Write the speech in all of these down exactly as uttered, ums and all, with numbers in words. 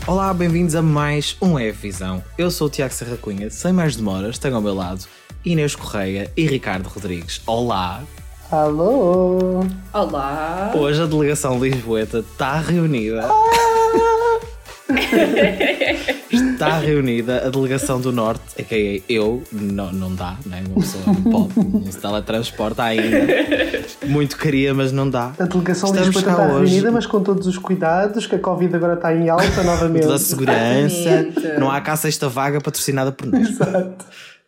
Olá, bem-vindos a mais um F-Visão. Eu sou o Tiago Serra Cunha, sem mais demoras, tenho ao meu lado Inês Correia e Ricardo Rodrigues. Olá! Alô! Olá! Hoje a delegação lisboeta está reunida. Está reunida a delegação do Norte, a que é eu, não, não dá, né? Uma pessoa não pode, não se teletransporta ainda. Muito queria, mas não dá. A delegação lisboeta está hoje reunida, mas com todos os cuidados, que a Covid agora está em alta novamente. Toda a segurança, não há cá sexta vaga patrocinada por nós. Exato.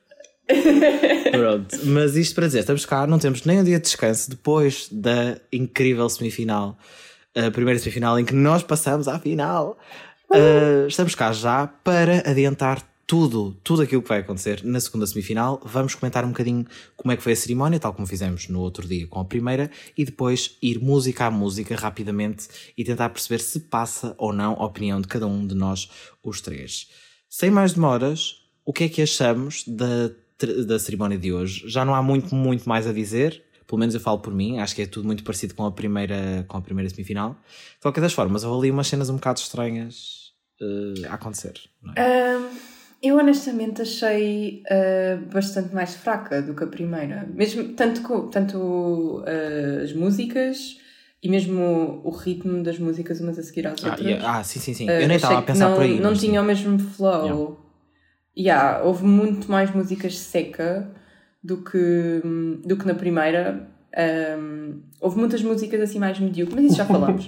Pronto, mas isto para dizer, estamos cá, não temos nem um dia de descanso depois da incrível semifinal, a primeira semifinal em que nós passamos à final. Uh, estamos cá já para adiantar tudo, tudo aquilo que vai acontecer na segunda semifinal. Vamos comentar um bocadinho como é que foi a cerimónia, tal como fizemos no outro dia com a primeira, e depois ir música a música rapidamente e tentar perceber se passa ou não a opinião de cada um de nós, os três. Sem mais demoras, o que é que achamos da, da cerimónia de hoje? Já não há muito, muito mais a dizer. Pelo menos eu falo por mim, acho que é tudo muito parecido com a primeira, com a primeira semifinal. De qualquer das formas, houve ali umas cenas um bocado estranhas uh, a acontecer. Não é? Um, eu honestamente achei uh, bastante mais fraca do que a primeira. Mesmo, tanto tanto uh, as músicas e mesmo o ritmo das músicas umas a seguir às outras. Ah, yeah. ah sim, sim, sim. Uh, eu nem estava a pensar não, por aí. Não mas tinha sim. o mesmo flow. Yeah. Yeah, houve muito mais músicas seca do que, do que na primeira. Um, houve muitas músicas assim mais medíocres, mas isso já falámos.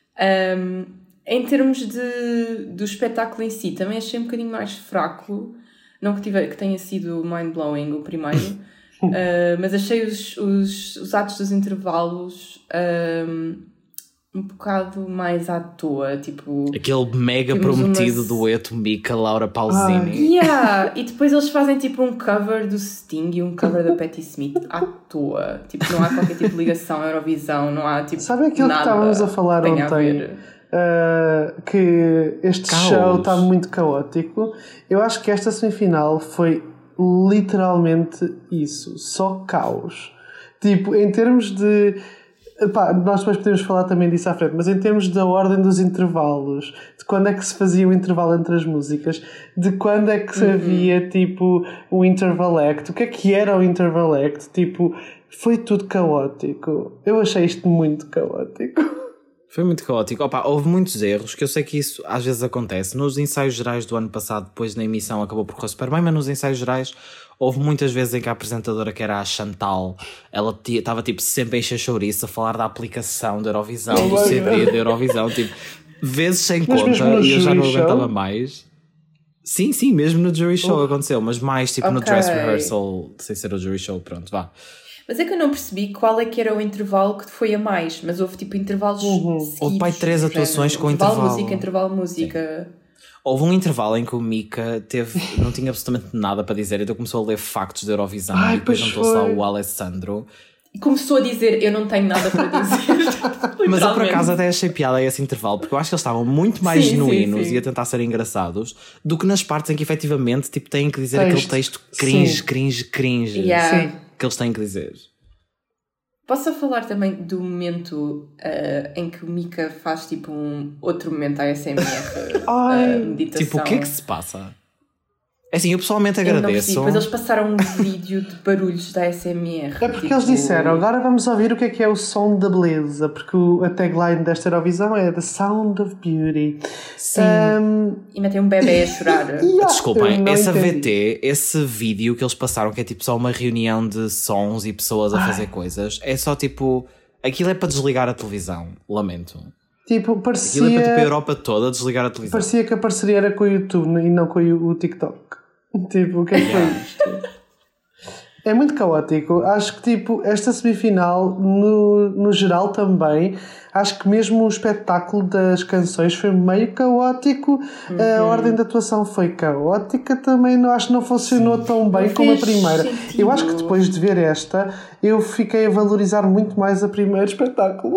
um, em termos de, do espetáculo em si, também achei um bocadinho mais fraco. Não que, tive, que tenha sido mind-blowing o primeiro, uh, mas achei os, os, os atos dos intervalos um, um bocado mais à toa. Tipo, aquele mega prometido uma... dueto Mika-Laura Pausini. Ah, yeah. E depois eles fazem tipo um cover do Sting e um cover da Patti Smith à toa. Tipo, não há qualquer tipo de ligação à Eurovisão, não há tipo. Sabe aquilo nada que estávamos a falar a ontem? Uh, que este Caos. show está muito caótico. Eu acho que esta semifinal foi literalmente isso, só caos. Tipo, em termos de. Epá, nós depois podemos falar também disso à frente, mas em termos da ordem dos intervalos, de quando é que se fazia o intervalo entre as músicas, de quando é que uhum. havia tipo o interval act, o que é que era o interval act, tipo, foi tudo caótico. Eu achei isto muito caótico. Foi muito caótico. Opa, houve muitos erros, que eu sei que isso às vezes acontece. Nos ensaios gerais do ano passado, depois na emissão acabou por correr super bem, mas nos ensaios gerais houve muitas vezes em que a apresentadora, que era a Chantal, ela estava tipo sempre a encher chouriço a falar da aplicação da Eurovisão, do C D da Eurovisão, tipo, vezes sem mas conta, e eu já não aguentava show? mais. Sim, sim, mesmo no jury show uh. aconteceu, mas mais tipo okay. no dress rehearsal, sem ser o jury show, pronto, vá. Mas é que eu não percebi qual é que era o intervalo que foi a mais, mas houve tipo intervalos uhum. seguidos. Houve pai três atuações com intervalo. intervalo. Música, intervalo música. Sim. Houve um intervalo em que o Mika teve, não tinha absolutamente nada para dizer, então começou a ler factos da Eurovisão. Ai, e depois juntou-se lá o Alessandro. E começou a dizer, eu não tenho nada para dizer. Mas eu por acaso até achei piada a esse intervalo, porque eu acho que eles estavam muito mais sim, genuínos sim, sim. e a tentar ser engraçados do que nas partes em que efetivamente tipo, têm que dizer texto. Aquele texto cringe, sim. cringe, cringe yeah. que eles têm que dizer. Posso falar também do momento uh, em que o Mika faz tipo um outro momento A S M R uh, meditação. Tipo, o que é que se passa? É assim, eu pessoalmente agradeço. Eu depois eles passaram um vídeo de barulhos da A S M R. É porque tipo... eles disseram, agora vamos ouvir o que é que é o som da beleza, porque o, a tagline desta Eurovisão é The Sound of Beauty. Sim. Um, e metem um bebê a chorar. Yeah, desculpem, essa entendi. V T, esse vídeo que eles passaram, que é tipo só uma reunião de sons e pessoas a Ai. fazer coisas, é só tipo, aquilo é para desligar a televisão, lamento. Tipo, parecia... Aquilo é para tipo, a Europa toda desligar a televisão. Parecia que a parceria era com o YouTube e não com o TikTok. Tipo, o que é que foi isto? É muito caótico. Acho que tipo, esta semifinal, no, no geral também, acho que mesmo o espetáculo das canções foi meio caótico. Uhum. A ordem da atuação foi caótica também. Não, acho que não funcionou Sim. tão bem não como a primeira. Sentido. Eu acho que depois de ver esta, eu fiquei a valorizar muito mais a primeiro espetáculo.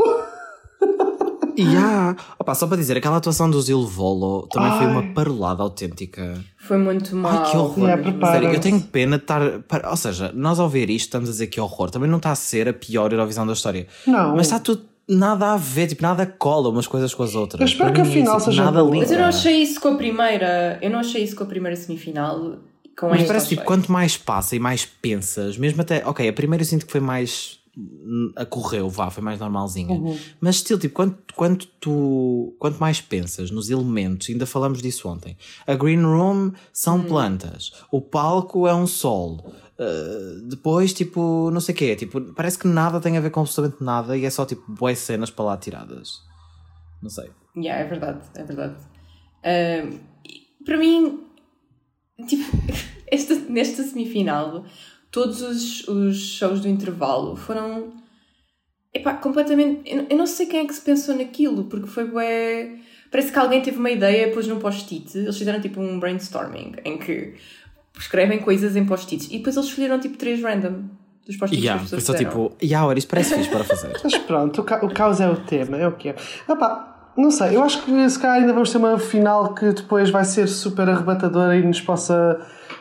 Yeah. Opa, só para dizer, aquela atuação do Zil Volo também Ai. foi uma parolada autêntica. Foi muito mal. Ai, que horror. Yeah, Sério, eu tenho pena de estar... Ou seja, nós ao ver isto estamos a dizer que horror. Também não está a ser a pior Eurovisão da história. Não. Mas está tudo nada a ver, tipo, nada cola umas coisas com as outras. Eu espero Para que a mim, final tipo, seja nada boa. liga. Mas eu não achei isso com a primeira. Eu não achei isso com a primeira semifinal. Com Mas esta parece tipo, achei. quanto mais passa e mais pensas, mesmo até. Ok, a primeira eu sinto que foi mais. A correu, vá, foi mais normalzinha. Uhum. Mas estilo, tipo, quanto, quanto tu. Quanto mais pensas nos elementos, ainda falamos disso ontem. A green room são plantas, o palco é um sol. Uh, depois, tipo, não sei o quê, tipo, parece que nada tem a ver com absolutamente nada e é só tipo boas cenas para lá tiradas. Não sei. Yeah, é verdade, é verdade. Uh, para mim, tipo, esta, nesta semifinal, todos os, os shows do intervalo foram epá, completamente. Eu, eu não sei quem é que se pensou naquilo, porque foi bué. Parece que alguém teve uma ideia, pôs num post-it. Eles fizeram tipo um brainstorming em que escrevem coisas em post-its e depois eles escolheram tipo três random dos post-its Yeah, que as pessoas só fizeram. tipo, yeah, olha, isso parece fixe para fazer. Mas pronto, o, ca o caos é o tema, é o que é. Ah pá, não sei, eu acho que se calhar ainda vamos ter uma final que depois vai ser super arrebatadora e nos possa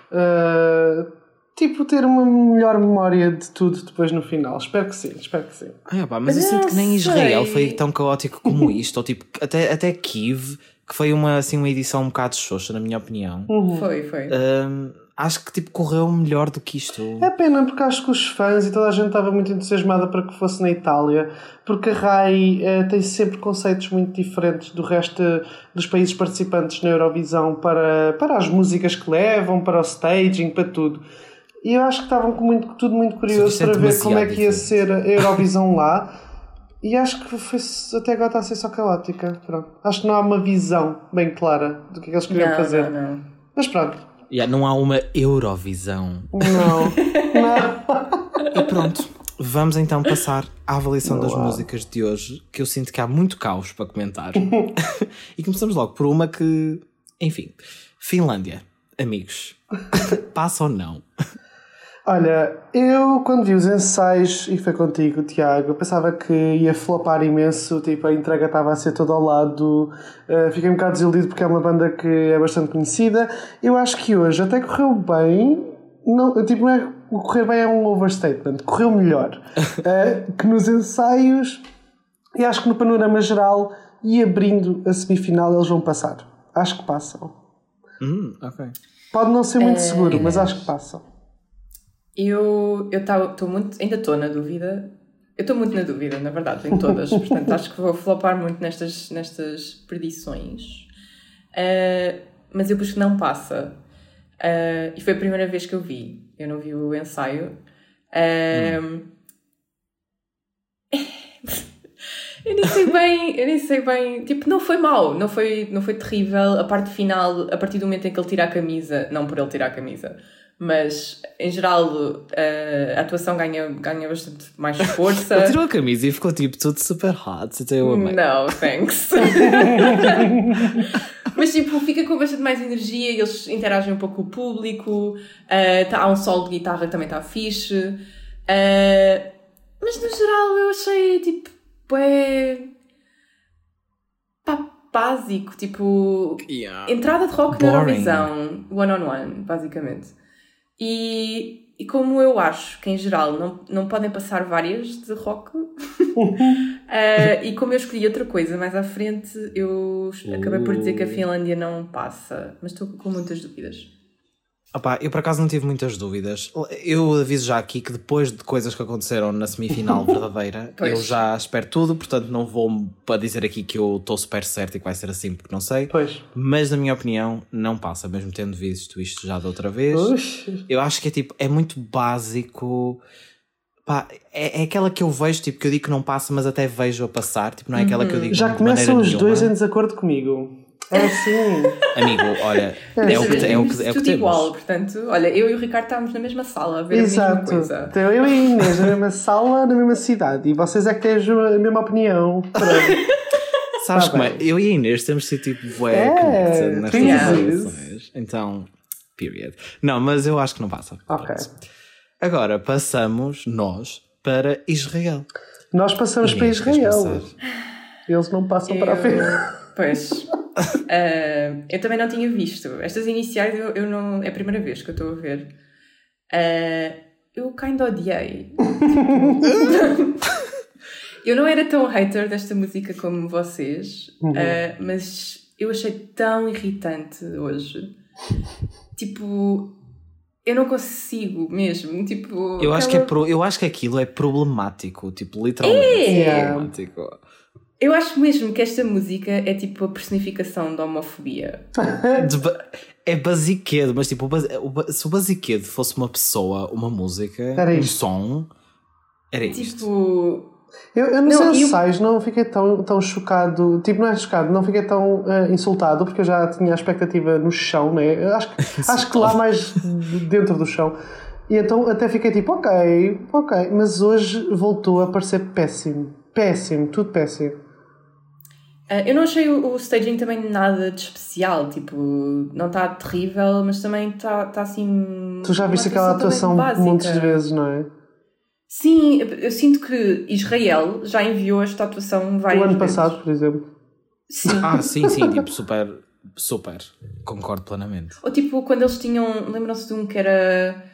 uh, tipo ter uma melhor memória de tudo depois no final. Espero que sim, espero que sim. Ai, opa, mas, Mas eu eu sinto não que nem Israel sei. foi tão caótico como isto, ou tipo, até, até Kiev, que foi uma, assim, uma edição um bocado xoxa, na minha opinião. Foi, foi. Hum, acho que tipo, correu melhor do que isto. É pena porque acho que os fãs e toda a gente estava muito entusiasmada para que fosse na Itália, porque a Rai eh, tem sempre conceitos muito diferentes do resto dos países participantes na Eurovisão para, para as músicas que levam, para o staging, para tudo. E eu acho que estavam com muito, tudo muito curioso Sim, para é ver como é que ia demasiado ser a Eurovisão lá. E acho que foi, até agora está a ser só caótica. Pronto. Acho que não há uma visão bem clara do que é que eles queriam Não, fazer. não, não. Mas pronto. Yeah, não há uma Eurovisão. Não. Não. E pronto, vamos então passar à avaliação das Uau. músicas de hoje, que eu sinto que há muito caos para comentar. E começamos logo por uma que, enfim, Finlândia, amigos, passa ou não? Olha, eu quando vi os ensaios, e foi contigo, Tiago, eu pensava que ia flopar imenso, tipo, a entrega estava a ser toda ao lado, uh, fiquei um bocado desiludido porque é uma banda que é bastante conhecida. Eu acho que hoje até correu bem, não, tipo, não é, o correr bem é um overstatement, correu melhor uh, que nos ensaios, e acho que no panorama geral, e abrindo a semifinal, eles vão passar. Acho que passam. Hum, ok. Pode não ser muito É, seguro, mas acho que passam. Eu estou muito. Ainda estou na dúvida. Eu estou muito na dúvida, na verdade, em todas. Portanto, acho que vou flopar muito nestas, nestas predições. Uh, mas eu busco que não passa. Uh, e foi a primeira vez que eu vi. Eu não vi o ensaio. Uh, hum. Eu nem sei bem, eu nem sei bem. Tipo, não foi mau, não foi, não foi terrível. A parte final, a partir do momento em que ele tira a camisa, não por ele tirar a camisa. Mas, em geral, a atuação ganha, ganha bastante mais força. Ele tirou a camisa e ficou tipo tudo super hot. Então eu amei. Não, thanks. Mas, tipo, fica com bastante mais energia e eles interagem um pouco com o público. Uh, tá, há um solo de guitarra que também está fixe. Uh, mas, no geral, eu achei, tipo, é... pá, básico. Tipo, Yeah. entrada de rock na Boring. Eurovisão, one-on-one, basicamente. E, e como eu acho que em geral não, não podem passar várias de rock, uh, e como eu escolhi outra coisa mais à frente, eu acabei por dizer que a Finlândia não passa, mas estou com muitas dúvidas. Opa, eu por acaso não tive muitas dúvidas. Eu aviso já aqui que depois de coisas que aconteceram na semifinal verdadeira, Pois. eu já espero tudo, portanto não vou para dizer aqui que eu estou super certo e que vai ser assim, porque não sei. Pois. Mas na minha opinião não passa, mesmo tendo visto isto já de outra vez. Oxi. Eu acho que é tipo, é muito básico. Pá, é, é aquela que eu vejo, tipo, que eu digo que não passa, mas até vejo a passar. Tipo, não é aquela que eu digo Já de começam maneira os dois em nenhuma. desacordo comigo. É assim. Amigo, olha, é o que, é o que, é o que tudo temos. igual, portanto, olha, eu e o Ricardo estávamos na mesma sala a ver a mesma Exato. coisa. Então eu e a Inês na mesma sala, na mesma cidade. E vocês é que têm a mesma opinião. Pronto. Sabes Tá como é? bem. Eu e a Inês temos sido tipo bué É, connected nestas temos relações. Então, period. Não, mas eu acho que não passa. Ok. Pronto. Agora passamos nós para Israel. Nós passamos Inês, para queres Israel. passar? Eles não passam para a frente. Pois. Uh, eu também não tinha visto. Estas iniciais eu, eu não. É a primeira vez que eu estou a ver. Uh, eu kinda odiei. Eu não era tão hater desta música como vocês, Uhum. uh, mas eu achei tão irritante hoje. Tipo, eu não consigo mesmo. Tipo, Eu acho, aquela- que é pro, eu acho que aquilo é problemático, tipo, literalmente É. problemático. Eu acho mesmo que esta música é tipo a personificação da homofobia. De ba- É basiquedo, mas tipo, o bas- o ba- se o basiquedo fosse uma pessoa, uma música, Era um isto. som, era isto. Tipo, Eu, eu nos Não, e o- ensaios não fiquei tão, tão chocado, tipo, não é chocado, não fiquei tão eh, insultado, porque eu já tinha a expectativa no chão, né? Eu Acho, que- acho que lá mais dentro do chão. E então até fiquei tipo, ok, ok, mas hoje voltou a parecer péssimo, péssimo, tudo péssimo. uh, eu não achei o, o staging também nada de especial. Tipo, não está terrível, mas também está tá assim. Tu já uma viste aquela também atuação básica. montes de vezes, não é? Sim, eu, eu sinto que Israel já enviou esta atuação várias O ano vezes. passado, por exemplo. Sim. Ah, sim, sim, tipo, super, super. Concordo plenamente. Ou tipo, quando eles tinham. Lembram-se de um que era.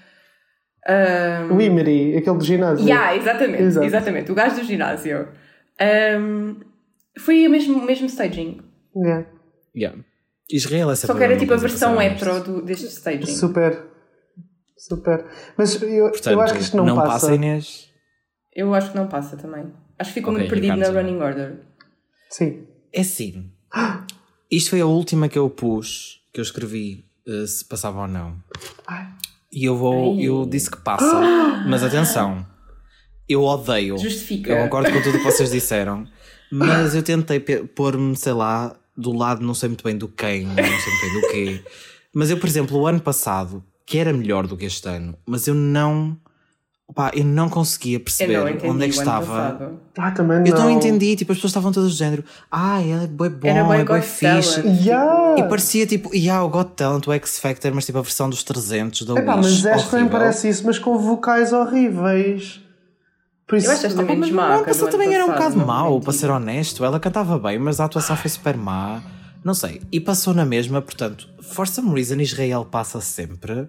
Um, O Emery, aquele do ginásio. Yeah, exatamente, Exato. exatamente. O gajo do ginásio. Um, foi o mesmo, mesmo staging. Yeah. Yeah. Israel é sempre Só que era mesma tipo a coisa, versão para ser hetero honesto. do, deste staging. Super, super. Mas eu, Portanto, eu acho que isto não, passa. passa, Inês. Eu acho que não passa também. Acho que ficou Ok, muito perdido Ricardo, na também. running order. Sim. É sim. Isto foi a última que eu pus, que eu escrevi, eh, se passava ou não. Ai. E eu vou, Ai. eu disse que passa, mas atenção, eu odeio. Justifica. Eu concordo com tudo o que vocês disseram, mas eu tentei pe- pôr-me, sei lá, do lado, não sei muito bem do quem, não sei muito bem do quê. Mas eu, por exemplo, o ano passado, que era melhor do que este ano, mas eu não, opá, eu não conseguia Eu perceber não entendi onde é que o ano estava. passado. Ah, também não. Eu não entendi, tipo, as pessoas estavam todas do género, ah, é bué bom, Era bué é bué Got fixe. Talent. Yeah. E parecia tipo, e há o Got Talent, o X Factor, mas tipo a versão dos trezentos da Epá, Wish. mas esta também horrível. parece isso, mas com vocais horríveis. Por isso, Eu acho esta Ah, menos mas má o ano que a do passado ano também era um passado, bocado não vou mau, mentir. para ser honesto. Ela cantava bem, mas a atuação foi super má. Não sei. E passou na mesma, portanto, for some reason, Israel passa sempre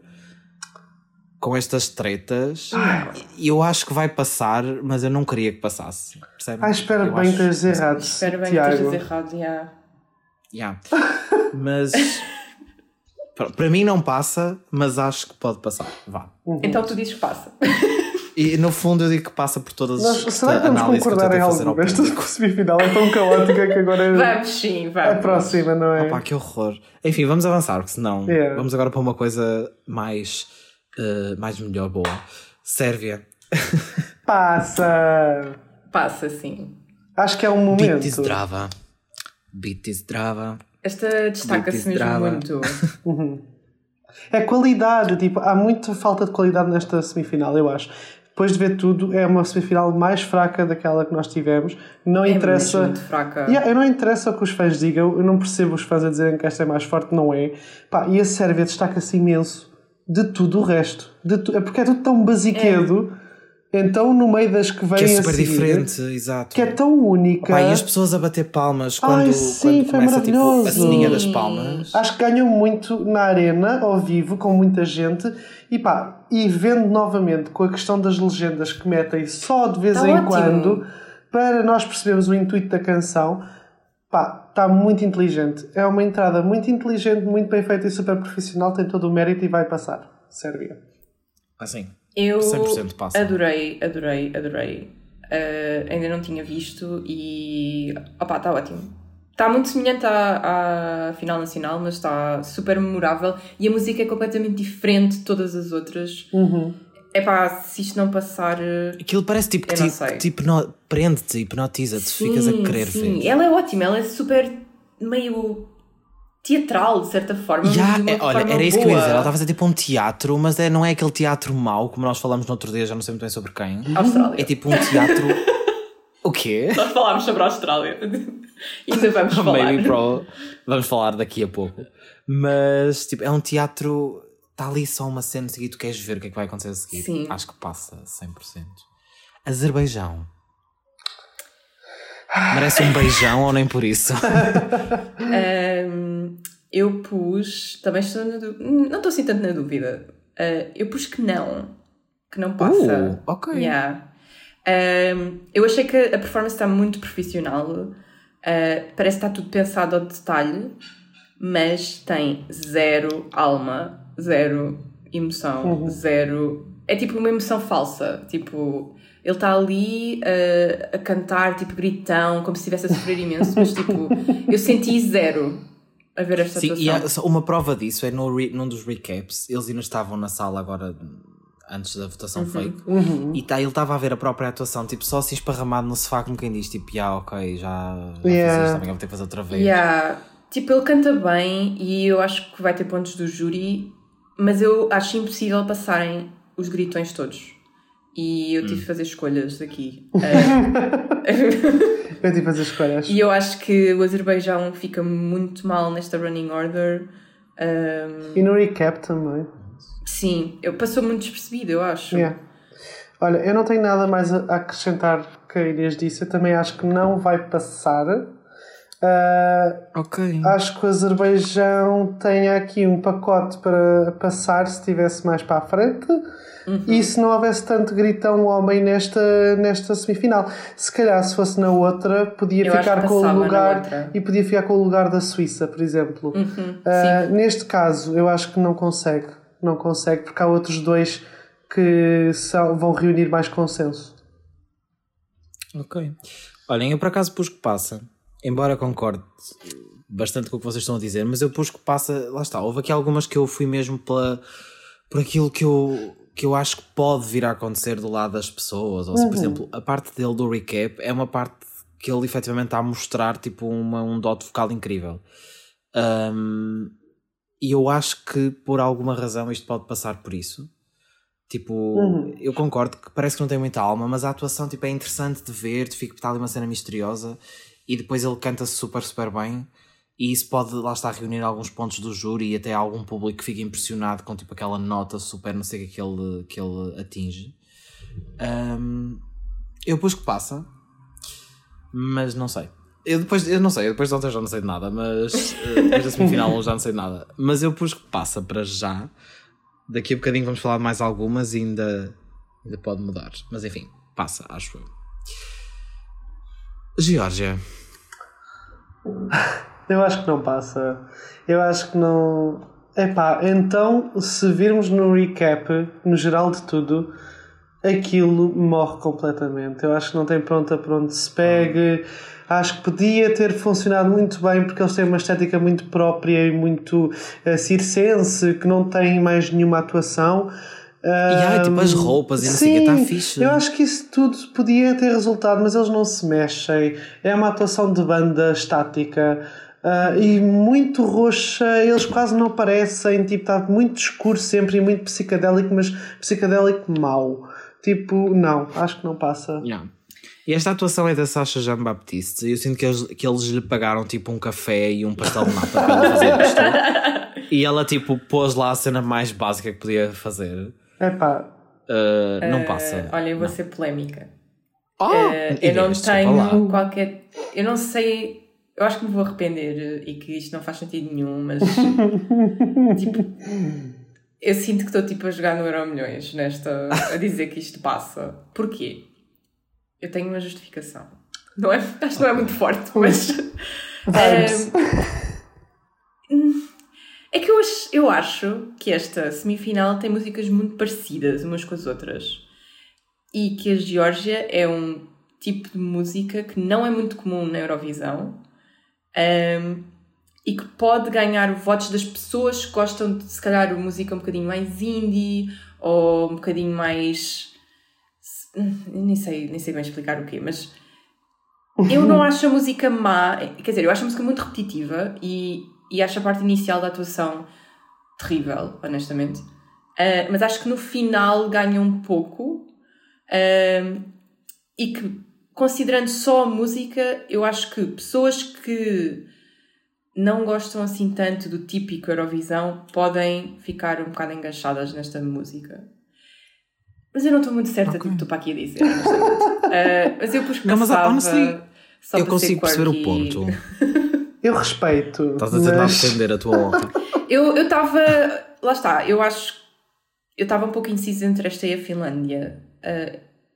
com estas tretas. E eu acho que vai passar, mas eu não queria que passasse. Percebe? Ah, espero Eu bem acho- que estejas errado, Espero bem Tiago. que estejas errado. Yeah. Yeah. Mas pronto, para mim não passa, mas acho que pode passar. Vá. Então tu dizes que passa. E no fundo eu digo que passa por todas Nós, as será que vamos análises que eu concordar tentei em fazer algo? ao Esta público. semifinal é tão caótica que agora é Vamos sim, vamos. a próxima, não é? Opa, que horror. Enfim, vamos avançar, porque senão Yeah. vamos agora para uma coisa mais, eh, mais melhor, boa. Sérvia. Passa! Passa sim. Acho que é um momento. Beat is drava. Beat is drava. Esta destaca-se Beat is mesmo drama. muito. É qualidade, tipo, há muita falta de qualidade nesta semifinal, eu acho. Depois de ver tudo, é uma semifinal mais fraca daquela que nós tivemos. Não É interessa. mesmo muito fraca. Yeah, eu não interessa o que os fãs digam, eu não percebo os fãs a dizerem que esta é mais forte, não é. Pá, e a Sérvia destaca-se imenso de tudo o resto. De tu... É porque é tudo tão basiquedo, então no meio das que vêm Que é a super seguir, diferente, exato. que é tão única. Opa, e as pessoas a bater palmas quando, Ai, sim, quando foi começa tipo, a maravilhoso. ceninha das Sim. palmas. Acho que ganham muito na arena, ao vivo, com muita gente. E pá, e vendo novamente com a questão das legendas que metem só de vez Tá em ótimo. quando, para nós percebermos o intuito da canção, pá, está muito inteligente. É uma entrada muito inteligente, muito bem feita e super profissional, tem todo o mérito e vai passar. Sérvia. Assim. Eu cem por cento passa. adorei, adorei, adorei. Uh, ainda não tinha visto e... Opá, está ótimo. Está muito semelhante à, à final nacional, mas está super memorável e a música é completamente diferente de todas as outras. Uhum. Epá, se isto não passar... uh, Aquilo parece tipo que Eu não tipo, sei. tipo no- prende-te, hipnotiza-te, sim, ficas a querer sim. ver. Ela é ótima, ela é super meio teatral, de certa forma. mas Já, de uma é, olha, forma era isso que eu ia boa. dizer. Ela estava a fazer tipo um teatro, mas é, não é aquele teatro mau, como nós falámos no outro dia, já não sei muito bem sobre quem. Austrália. É tipo um teatro. O quê? Nós falámos sobre a Austrália. E ainda vamos falar. Maybe pro... Vamos falar daqui a pouco. Mas tipo, é um teatro. Está ali só uma cena a seguir, tu queres ver o que é que vai acontecer a seguir. Sim. Acho que passa cem por cento. Azerbaijão. Merece um beijão ou nem por isso? Um, eu pus, também estou na dúvida, não estou assim tanto na dúvida. Uh, eu pus que não, que não passa. Uh, ok. Yeah. Um, eu achei que a performance está muito profissional, uh, parece que está tudo pensado ao detalhe, mas tem zero alma, zero emoção, uhum. zero... É tipo uma emoção falsa, tipo... Ele está ali uh, a cantar, tipo, gritão, como se estivesse a sofrer imenso, mas tipo, eu senti zero a ver esta Sim, atuação. Sim, e há, uma prova disso é no re, num dos recaps, eles ainda estavam na sala agora, antes da votação uhum. fake, uhum. e tá, ele estava a ver a própria atuação, tipo, só assim esparramado no sofá, como quem diz, tipo, ah, yeah, ok, já, já yeah. fiz isto, também vou ter que fazer outra vez. Yeah. Tipo, ele canta bem e eu acho que vai ter pontos do júri, mas eu acho impossível passarem os gritões todos. E eu tive de hum. fazer escolhas aqui. eu tive de fazer escolhas. E eu acho que o Azerbaijão fica muito mal nesta running order. Um... E no recap também. Sim, eu, passou muito despercebido, eu acho. Yeah. Olha, eu não tenho nada mais a acrescentar que a Inês disse. Eu também acho que não vai passar. Uh, ok. Acho que o Azerbaijão tem aqui um pacote para passar se estivesse mais para a frente. Uhum. E se não houvesse tanto gritão homem nesta, nesta semifinal, se calhar se fosse na outra podia eu ficar com o lugar e podia ficar com o lugar da Suíça, por exemplo. Uhum. Uh, neste caso eu acho que não consegue, não consegue porque há outros dois que são, vão reunir mais consenso. Ok. Olhem, eu por acaso pus que passa, embora concorde bastante com o que vocês estão a dizer, mas eu pus que passa, lá está, houve aqui algumas que eu fui mesmo pela, por aquilo que eu que eu acho que pode vir a acontecer do lado das pessoas, ou se, por uhum. exemplo, a parte dele do recap é uma parte que ele efetivamente está a mostrar tipo uma, um dote vocal incrível, um, e eu acho que por alguma razão isto pode passar por isso, tipo, uhum. eu concordo que parece que não tem muita alma, mas a atuação tipo, é interessante de ver, tu fica, está ali uma cena misteriosa e depois ele canta-se super super bem. E isso pode, lá estar, reunir alguns pontos do júri e até algum público que fica impressionado com tipo aquela nota super não sei o que, que, ele, que ele atinge. Um, eu pus que passa, mas não sei. Eu depois, eu não sei, eu depois de ontem já não sei de nada, mas depois da semifinal eu já não sei de nada. Mas eu pus que passa para já. Daqui a bocadinho vamos falar de mais algumas e ainda, ainda pode mudar. Mas enfim, passa, acho eu. Geórgia. Eu acho que não passa. Eu acho que não... Epá, então, se virmos no recap, no geral de tudo, aquilo morre completamente. Eu acho que não tem pronta para onde se pegue. Acho que podia ter funcionado muito bem, porque eles têm uma estética muito própria e muito uh, circense, que não tem mais nenhuma atuação. E ai, tipo as roupas e não sei o que, está fixe. Eu acho que isso tudo podia ter resultado, mas eles não se mexem. É uma atuação de banda estática uh, e muito roxa. Eles quase não aparecem. Tipo, está muito escuro sempre e muito psicadélico, mas psicadélico mau. Tipo, não, acho que não passa. Yeah. E esta atuação é da Sacha Jean-Baptiste. E eu sinto que eles, que eles lhe pagaram tipo um café e um pastel de nata para ela fazer isto. E ela tipo pôs lá a cena mais básica que podia fazer. Epá. Uh, não passa. Uh, olha, eu vou não. ser polémica. Oh, uh, eu não tenho lá. qualquer... Eu não sei... Eu acho que me vou arrepender e que isto não faz sentido nenhum, mas... tipo... Eu sinto que estou tipo a jogar no Euromilhões nesta... a dizer que isto passa. Porquê? Eu tenho uma justificação. Não é? Acho que não é muito forte, mas... um, é que eu acho, eu acho que esta semifinal tem músicas muito parecidas umas com as outras. E que a Geórgia é um tipo de música que não é muito comum na Eurovisão. Um, e que pode ganhar votos das pessoas que gostam de, se calhar, música um bocadinho mais indie ou um bocadinho mais... Nem sei, nem sei bem explicar o quê, mas eu não acho a música má. Quer dizer, eu acho a música muito repetitiva e, e acho a parte inicial da atuação terrível, honestamente. Uh, mas acho que no final ganha um pouco uh, e que, considerando só a música, eu acho que pessoas que não gostam assim tanto do típico Eurovisão podem ficar um bocado enganchadas nesta música. Mas eu não estou muito certa okay. do que estou para aqui a dizer. uh, mas eu pus que não, mas passava honestly, só eu consigo perceber o ponto. Eu respeito. Estás a tentar mas... defender a tua honra. Eu estava... Lá está. Eu acho... Eu estava um pouco indecisa entre esta e a Finlândia. Uh,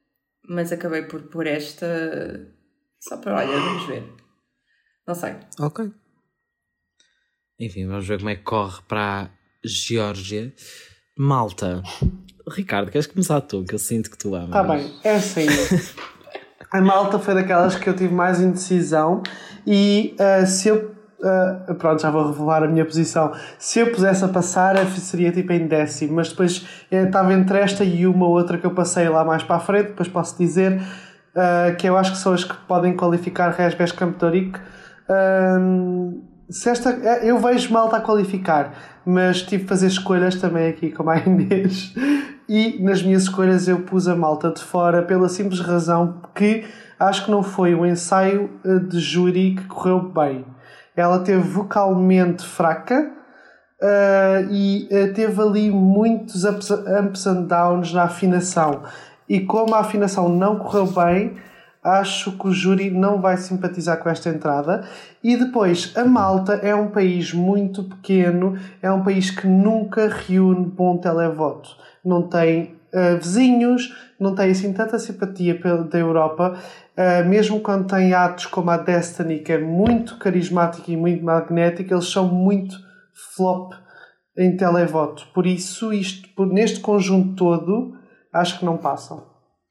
mas acabei por pôr esta só para, olha, vamos ver. Não sei. Ok. Enfim, vamos ver como é que corre para a Geórgia. Malta. Ricardo, queres começar tu? Que eu sinto que tu amas. Está bem, é assim. A Malta foi daquelas que eu tive mais indecisão e uh, se eu... Uh, pronto, já vou revelar a minha posição. Se eu pusesse a passar, seria tipo em décimo, mas depois estava entre esta e uma outra que eu passei lá mais para a frente. Depois posso dizer uh, que eu acho que são as que podem qualificar Resbés Campo de Ourique. Uh, se esta, eu vejo Malta a qualificar, mas tive de fazer escolhas também aqui como a Inês, e nas minhas escolhas eu pus a Malta de fora pela simples razão que acho que não foi um ensaio de júri que correu bem. Ela teve vocalmente fraca uh, e uh, teve ali muitos ups, ups and downs na afinação. E como a afinação não correu bem, acho que o júri não vai simpatizar com esta entrada. E depois, a Malta é um país muito pequeno, é um país que nunca reúne bom televoto. Não tem uh, vizinhos, não tem assim tanta simpatia pela, da Europa. Uh, mesmo quando tem atos como a Destiny, que é muito carismática e muito magnética, eles são muito flop em televoto. Por isso, isto, por, neste conjunto todo, acho que não passam.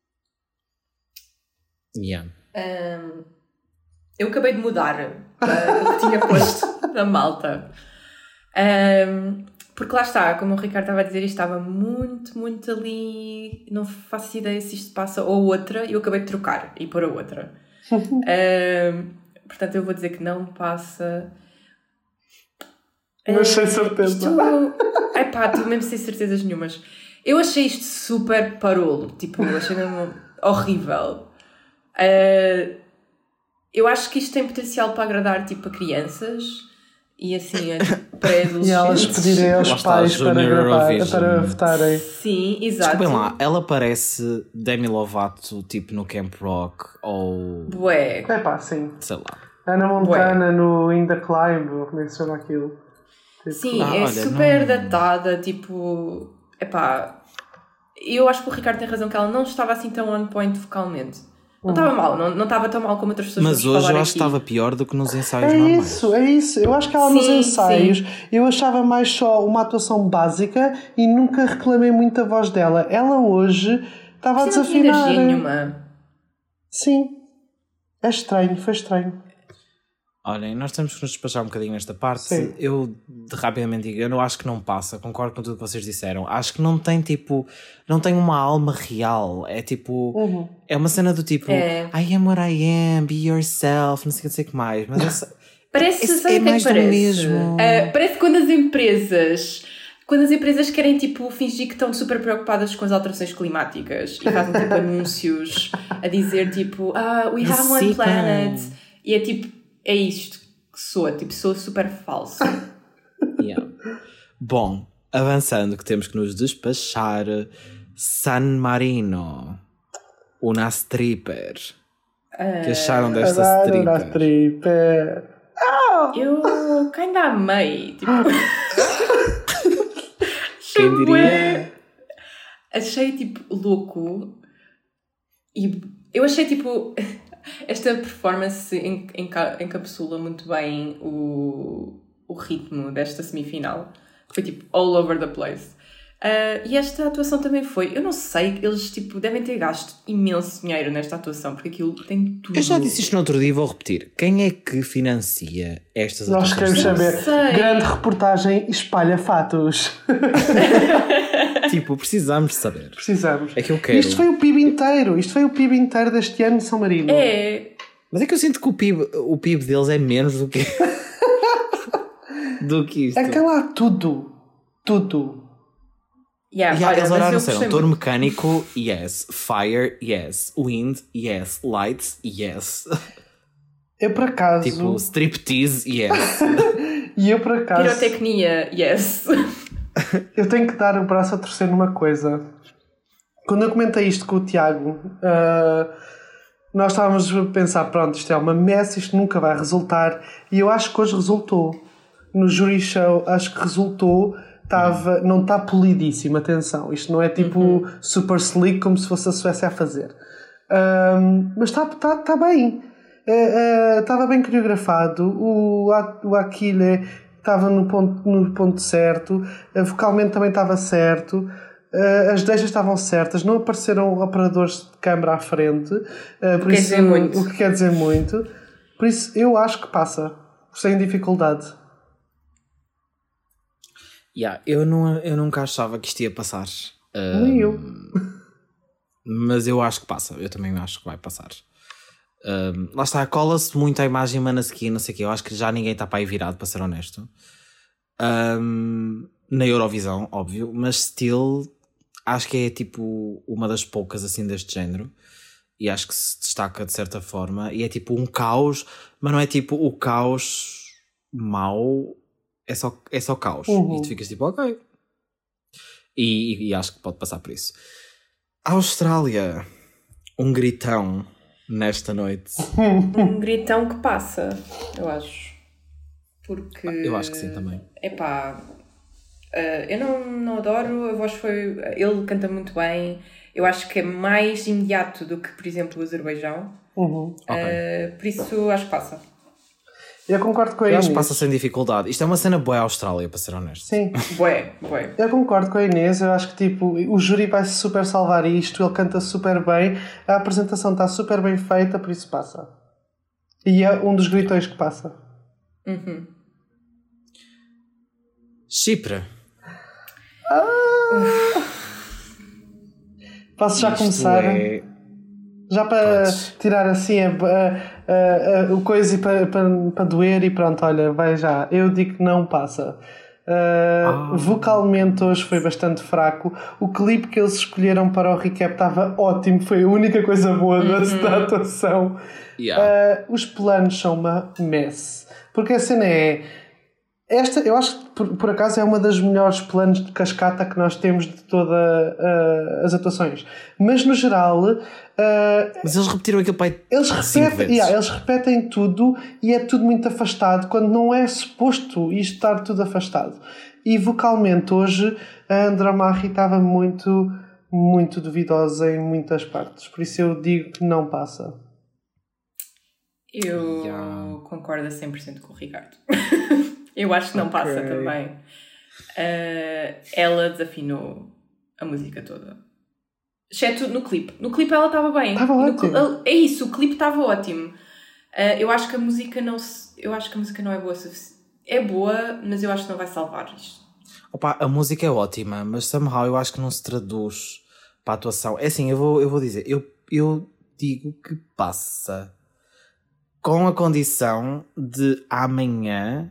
Yeah. Um, eu acabei de mudar uh, o que tinha posto na Malta. Um, porque lá está, como o Ricardo estava a dizer, isto estava muito, muito ali, não faço ideia se isto passa ou outra, e eu acabei de trocar e pôr a outra. um, portanto, eu vou dizer que não passa. Mas sem certeza. Isto... Epá, estou mesmo sem certezas nenhumas. Eu achei isto super parolo, tipo, achei mesmo horrível. Uh, eu acho que isto tem potencial para agradar, tipo, a crianças e assim, a pré-adolescentes. E elas pedirem aos Lá está, pais para, Junior gravar, Eurovision. para votarem. Sim, exato. Desculpem lá, ela parece Demi Lovato tipo no Camp Rock ou... Bué. É pá, sim. sei lá. Ana Montana no In The Climb, ou como é que se chama aquilo? Tipo, Sim, Ah, é olha, super não- datada, tipo... Epá, eu acho que o Ricardo tem razão que ela não estava assim tão on point vocalmente. Não estava mal, não, não estava tão mal como outras pessoas Mas vamos hoje falar eu acho que aqui. estava pior do que nos ensaios É normais. isso, é isso. Eu acho que ela nos Sim, ensaios, sim. eu achava mais só uma atuação básica e nunca reclamei muito a voz dela. Ela hoje estava a Sim, não tinha desafinar. energia nenhuma. Sim. É estranho, foi estranho. Olhem, nós temos que nos despachar um bocadinho nesta parte. Sim. Eu de- rapidamente digo, eu não acho que não passa, concordo com tudo que vocês disseram. Acho que não tem tipo, não tem uma alma real. É tipo, Uhum. é uma cena do tipo, É. I am what I am, be yourself, não sei o que dizer que mais. Mas essa, Parece, Esse sabe é o que é mais que do parece? mesmo. Ah, parece quando as empresas... Quando as empresas querem, tipo, fingir que estão super preocupadas com as alterações climáticas e fazem, tipo, anúncios a dizer, tipo, ah, we have one Reciclam. planet. E é, tipo, é isto que soa, tipo, soa super falso. yeah. Bom, avançando que temos que nos despachar. San Marino, uma stripper. O que acharam desta Adoro a stripper? stripper. Eu ainda amei, tipo... Quem Achei diria? bué. Achei, tipo, louco. E eu achei, tipo... Esta performance enca- encapsula muito bem o, o ritmo desta semifinal. Foi, tipo, all over the place. Uh, e esta atuação também foi... Eu não sei, eles, tipo, devem ter gasto imenso dinheiro nesta atuação, porque aquilo tem tudo. Eu já disse isto no outro dia e vou repetir. Quem é que financia estas Nós atuações? queremos Não saber. sei. Grande reportagem espalha fatos. Tipo, precisamos saber. Precisamos. É que eu quero. Isto foi o P I B inteiro. Isto foi o P I B inteiro deste ano de São Marino. É... Mas é que eu sinto que o P I B, o P I B deles é menos do que... do que isto. É que lá tudo. Tudo. Yeah, Yeah, olha, eles mas olharam eu disseram gostei motor muito. mecânico, yes. Fire, yes. Wind, yes. Lights, yes. Eu por acaso. Tipo, striptease, yes. E eu por acaso. Pirotecnia, yes. Eu tenho que dar o braço a torcer numa coisa. Quando eu comentei isto com o Tiago, uh, nós estávamos a pensar, pronto, isto é uma mess, isto nunca vai resultar. E eu acho que hoje resultou. No Jury Show, acho que resultou. Tava, não está polidíssimo, atenção. Isto não é tipo Uhum. super slick como se fosse a Suécia a fazer. Um, mas está tá, tá bem. Estava uh, uh, bem coreografado. O, o Aquile estava no ponto, no ponto certo. Uh, vocalmente também estava certo. Uh, as deixas estavam certas. Não apareceram operadores de câmara à frente. Uh, por o, que isso, quer dizer muito. o que quer dizer muito. Por isso eu acho que passa. Sem dificuldade. Yeah, eu, não, eu nunca achava que isto ia passar. Uh, Nem eu. Mas eu acho que passa. Eu também acho que vai passar. Um, lá está, cola-se muito a imagem Maneskin, não sei o quê. Eu acho que já ninguém está para aí virado, para ser honesto. Um, na Eurovisão, óbvio. Mas still, acho que é tipo uma das poucas assim deste género. E acho que se destaca de certa forma. E é tipo um caos, mas não é tipo o caos mau. É só, é só caos. Uhum. E tu ficas tipo, ok. E, e, e acho que pode passar por isso. Austrália, um gritão nesta noite. Um gritão que passa, eu acho. Porque... Eu acho que sim também. Epá, uh, eu não, não adoro, a voz foi... Ele canta muito bem. Eu acho que é mais imediato do que, por exemplo, o Azerbaijão. Uhum. Okay. Uh, por isso, acho que passa. Eu concordo com a Eu Inês. acho que passa sem dificuldade. Isto é uma cena boa Austrália, para ser honesto. Sim. Bué, bué. Eu concordo com a Inês. Eu acho que tipo, o júri vai super salvar isto. Ele canta super bem. A apresentação está super bem feita, por isso passa. E é um dos gritões que passa. Uhum. Chipre. Ah! Posso já Isto começar? É... Já para Podes. tirar assim a, a, a, a, o coisa e para, para, para doer e pronto, olha, vai já. Eu digo que não passa. Uh, Ah. Vocalmente hoje foi bastante fraco. O clipe que eles escolheram para o recap estava ótimo, foi a única coisa boa da, Uhum. da atuação. Yeah. Uh, os planos são uma mess. Porque a cena é... Esta, eu acho que por, por acaso é uma das melhores planos de cascata que nós temos de todas uh, as atuações. Mas no geral... Uh, Mas eles repetiram aquilo para aí eles cinco repetem, vezes. yeah, eles repetem tudo e é tudo muito afastado, quando não é suposto isto estar tudo afastado. E vocalmente hoje a Andromache estava muito, muito duvidosa em muitas partes. Por isso eu digo que não passa. Eu Yeah. concordo a cem por cento com o Ricardo. Eu acho que não Ok. passa também. Uh, ela desafinou a música toda. Exceto no clipe. No clipe ela estava bem. Estava No ótimo. cli- É isso, o clipe estava ótimo. Uh, eu acho que a música não se... Eu acho que a música não é boa o sufici- É boa, mas eu acho que não vai salvar isto. Opa, a música é ótima, mas somehow eu acho que não se traduz para a atuação. É assim, eu vou, eu vou dizer, eu, eu digo que passa com a condição de amanhã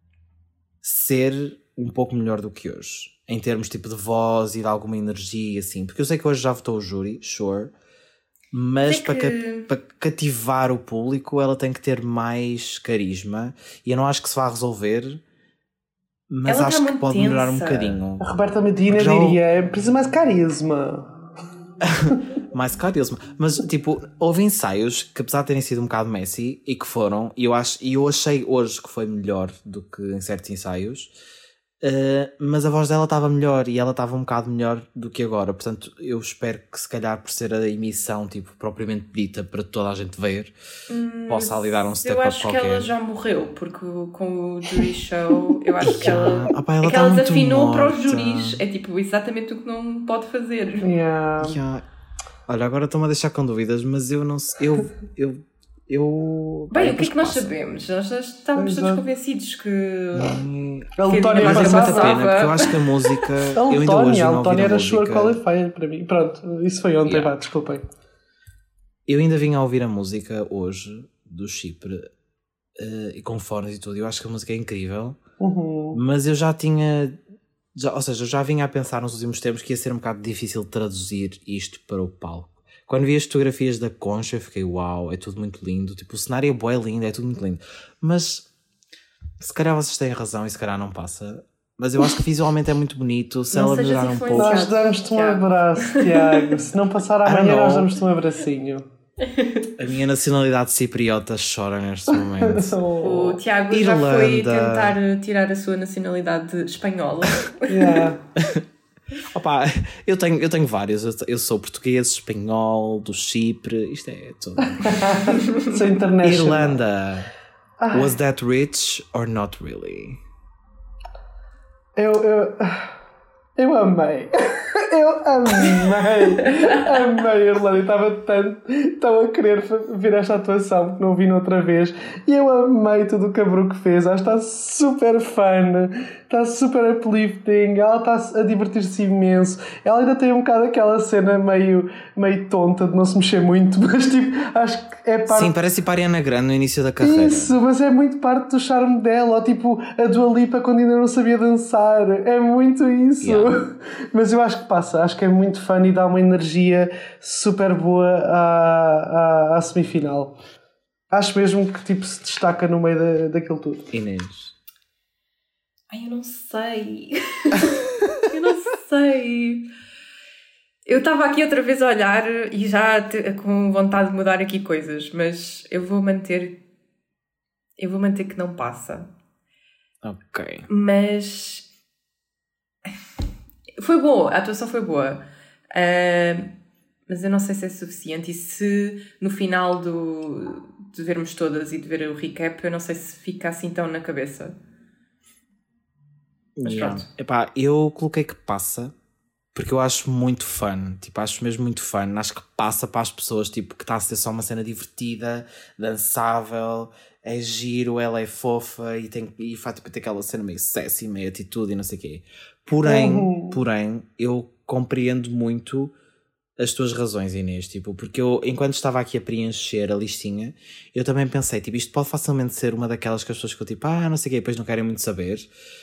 ser um pouco melhor do que hoje, em termos tipo de voz e de alguma energia, assim, porque eu sei que hoje já votou o júri, sure, mas Sei para, que- ca- para cativar o público ela tem que ter mais carisma e eu não acho que se vá resolver, mas Ela acho tá que muito pode melhorar um tensa. bocadinho. A Roberta Medina Já o- diria, precisa mais carisma. Mais carisma. Mas, tipo, houve ensaios que, apesar de terem sido um bocado messy, e que foram, e eu, acho, e eu achei hoje que foi melhor do que em certos ensaios, uh, mas a voz dela estava melhor e ela estava um bocado melhor do que agora. Portanto, eu espero que, se calhar, por ser a emissão, tipo, propriamente dita para toda a gente ver, possa ali dar um step Eu up acho qualquer. que ela já morreu, porque com o jury show, eu acho que ela, Ah, pá, ela é que tá ela muito desafinou para os morta. juris. É tipo exatamente o que não pode fazer. Yeah. Yeah. Olha, agora estou-me a deixar com dúvidas, mas eu não sei. Eu. eu, eu Bem, eu o que é que nós passa. sabemos? Nós já estávamos todos Exato. convencidos que. A Que Letónia mas Mas é Passava. muita passava. pena, porque eu acho que a música. A eu ainda hoje Letónia, a não ouvi Letónia a era sure música. qualifier para mim. Pronto, isso foi ontem, Yeah. vá, desculpem. Eu ainda vim a ouvir a música hoje do Chipre uh, e com fones e tudo. Eu acho que a música é incrível, Uhum. mas eu já tinha. Já, ou seja, eu já vinha a pensar nos últimos tempos que ia ser um bocado difícil traduzir isto para o palco. Quando vi as fotografias da Concha, eu fiquei uau, é tudo muito lindo. Tipo, o cenário é bué lindo, é tudo muito lindo. Mas se calhar vocês têm razão e se calhar não passa. Mas eu acho que visualmente é muito bonito. Se Não ela sejas melhorar um pouco. influenciado. Nós damos-te um Tiago. abraço, Tiago. Se não passar I don't amanhã, nós know. damos-te um abracinho. A minha nacionalidade cipriota chora neste momento. O Tiago já foi Irlanda. tentar tirar a sua nacionalidade espanhola. Yeah. Opa, eu tenho, eu tenho vários. Eu, eu sou português, espanhol, do Chipre, isto é tudo. Sou internacional. Irlanda. Ai. Was that rich or not really? Eu, eu, eu amei. Eu amei. Amei a Irlanda. Estava tanto. Estava a querer ver esta atuação que não vi noutra vez. E eu amei tudo o que a Brooke fez. Acho que está super fun. Está super uplifting. Ela está a divertir-se imenso. Ela ainda tem um bocado aquela cena meio, meio tonta de não se mexer muito. Mas tipo, acho que é parte. Sim, parece tipo a Ariana Grande no início da carreira. Isso, mas é muito parte do charme dela. Ou tipo, a Dua Lipa quando ainda não sabia dançar. É muito isso. Yeah. Mas eu acho que passa. Acho que é muito fun e dá uma energia super boa à, à, à semifinal. Acho mesmo que tipo, se destaca no meio da, daquilo tudo. Inês. Ai, eu não sei. Eu não sei. Eu estava aqui outra vez a olhar e já te, com vontade de mudar aqui coisas, mas eu vou manter. Eu vou manter que não passa. Ok. Mas. Foi boa, a atuação foi boa. Uh, mas eu não sei se é suficiente e se no final do, de vermos todas e de ver o recap, eu não sei se fica assim tão na cabeça. Mas Yeah. pronto. Epá, eu coloquei que passa porque eu acho muito fun, tipo, acho mesmo muito fun. Acho que passa para as pessoas, tipo, que está a ser só uma cena divertida, dançável, é giro, ela é fofa e tem, e faz tipo, tem aquela cena meio sexy, meio atitude e não sei o quê. Porém, Uhum. porém, eu compreendo muito as tuas razões, Inês, tipo, porque eu, enquanto estava aqui a preencher a listinha, eu também pensei, tipo, isto pode facilmente ser uma daquelas que as pessoas ficam tipo, ah, não sei o quê, depois não querem muito saber.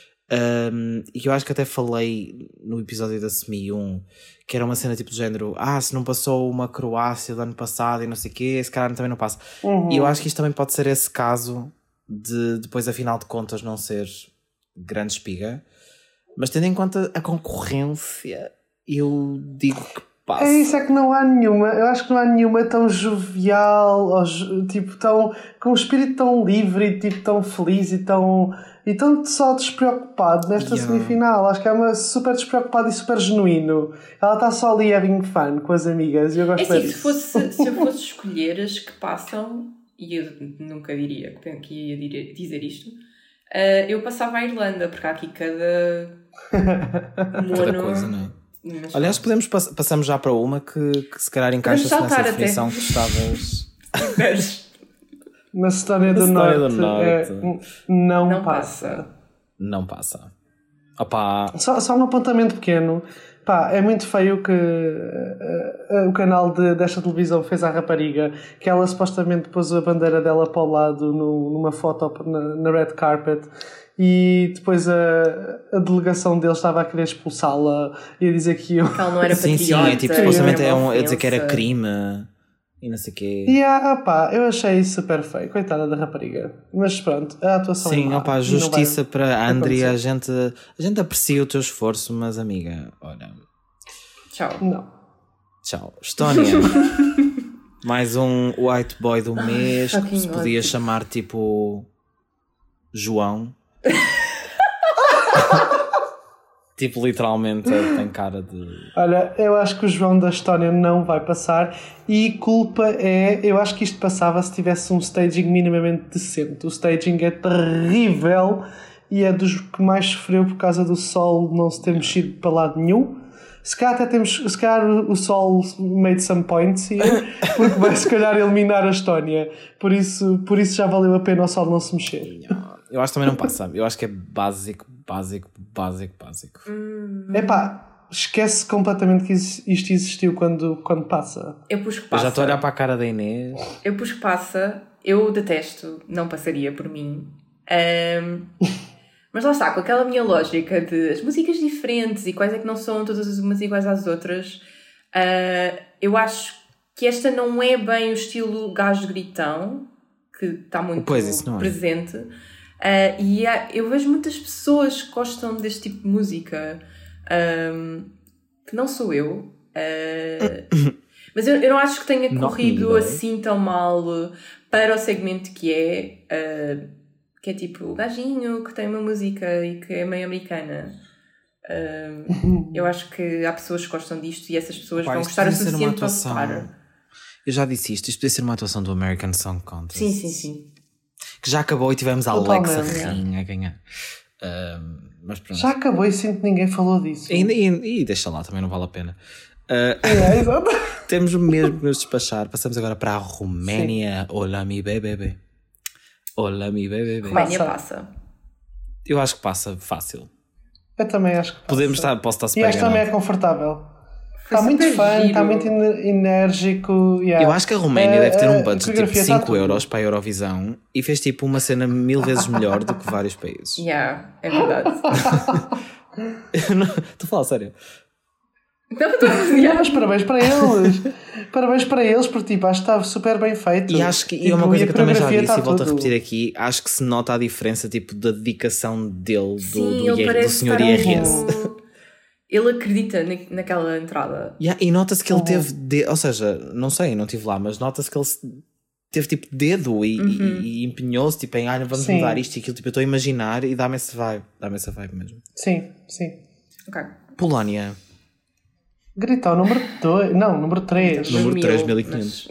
Um, e eu acho que até falei no episódio da Semi um que era uma cena tipo do género, ah, se não passou uma Croácia do ano passado e não sei o quê, esse cara também não passa. Uhum. E eu acho que isto também pode ser esse caso de depois, afinal de contas, não ser grande espiga. Mas tendo em conta a concorrência, eu digo que passa. É isso, é que não há nenhuma, eu acho que não há nenhuma tão jovial, ou, jo- tipo, tão, com um espírito tão livre e tipo, tão feliz e tão, e tão só despreocupado nesta Yeah. semifinal. Acho que é uma super despreocupado e super genuíno. Ela está só ali having fun com as amigas e eu gosto É bem assim, se, disso. fosse, se eu fosse escolher as que passam, e eu nunca diria que que ia dire- dizer isto, eh, eu passava à Irlanda, porque há aqui cada Cada mono. coisa, não é? Mas Aliás, pronto. podemos pass- passamos já para uma que, que se calhar encaixa-se saltar nessa até. definição que tu estavas. Mas Na história do História Norte, do Norte. é, não, não passa. passa. Não passa. Opá, Só, só um apontamento pequeno. Pá, é muito feio que uh, uh, o canal de, desta televisão fez à rapariga, que ela supostamente pôs a bandeira dela para o lado no, numa foto na, na red carpet e depois a, a delegação deles estava a querer expulsá-la e a dizer que eu... Que ela não era sim, sim, patriota. é tipo, era supostamente uma é um, é dizer que era ofensa. crime e não sei o quê. E ah, pá, eu achei isso super feio, coitada da rapariga. Mas pronto, a atuação é Sim, má, opá, e não justiça vai para a Andrea, a acontecer. gente, a gente aprecia o teu esforço, mas amiga, olha, Tchau. Não. tchau. Estónia, mais um white boy do mês que fucking se podia ótimo. chamar tipo João. Tipo, literalmente tem cara de. Olha, eu acho que o João da Estónia não vai passar e culpa é... Eu acho que isto passava se tivesse um staging minimamente decente. O staging é terrível e é dos que mais sofreu por causa do sol não se ter mexido para lado nenhum. Se calhar até temos... Se calhar o sol made some points here, porque vai se calhar eliminar a Estónia. Por isso, por isso já valeu a pena o sol não se mexer. Eu acho que também não passa. Eu acho que é básico, básico, básico, básico. Epá, esquece completamente que isto existiu quando, quando passa. Eu pus que Eu passa. já estou a olhar para a cara da Inês. Eu pus que passa. Eu detesto. Não passaria por mim. Ahm, mas lá está, com aquela minha lógica de as músicas diferentes e quais é que não são todas umas iguais às outras, ah, eu acho que esta não é bem o estilo gajo gritão, que está muito Pois, isso não é. presente. Ah, e há- eu vejo muitas pessoas que gostam deste tipo de música, ahm, que não sou eu. Ah, mas eu, eu não acho que tenha Not corrido me, though. assim tão mal para o segmento que é, ah, que é tipo o gajinho que tem uma música e que é meio americana. Uh, eu acho que há pessoas que gostam disto e essas pessoas Pá, vão isto gostar o podia ser uma suficiente para atuação. votar. Eu já disse isto, isto podia ser uma atuação do American Song Contest. Sim, sim, sim. Que já acabou e tivemos a Alexa Totalmente. Ring a ganhar. Um, mas pronto. Já acabou e sinto que ninguém falou disso. E, e, e deixa lá, também não vale a pena. Uh, É, exato. temos mesmo que nos despachar. Passamos agora para a Roménia. Olá, mi bebê. Olá, mi bebê. Roménia Passa. passa. Eu acho que passa fácil. Eu também acho que passa. Podemos estar, posso estar E super acho que também é enganado. confortável. Foi Está muito super fã, giro. está muito ener- enérgico. Yeah. Eu acho que a Roménia Eh, deve ter um eh, a budget de tipo coreografia está cinco tudo. euros para a Eurovisão e fez tipo uma cena mil vezes melhor do que vários países. Yeah, é verdade. Não, estou a falar sério. Não, estou a Yeah, dizer. mas parabéns para eles. Parabéns para eles, porque tipo, acho que está super bem feito. E acho que e é Tipo, uma coisa e a que eu também já coreografia disse e está volto a tudo. repetir aqui, acho que se nota a diferença tipo da dedicação dele, do, Sim, do, ele I R do parece senhor estar I R S. um- Ele acredita na- naquela entrada. Yeah, e nota-se que ele Uhum. teve, de, ou seja, não sei, não estive lá, mas nota-se que ele se- teve tipo dedo e, e, e empenhou-se tipo, em, ah, vamos Sim. mudar isto e aquilo, tipo, eu estou a imaginar e dá-me esse vibe, dá-me essa vibe mesmo. Sim, sim. Ok. Polónia, Gritou número dois. Não, número três. número Mil, três mil e quinhentos.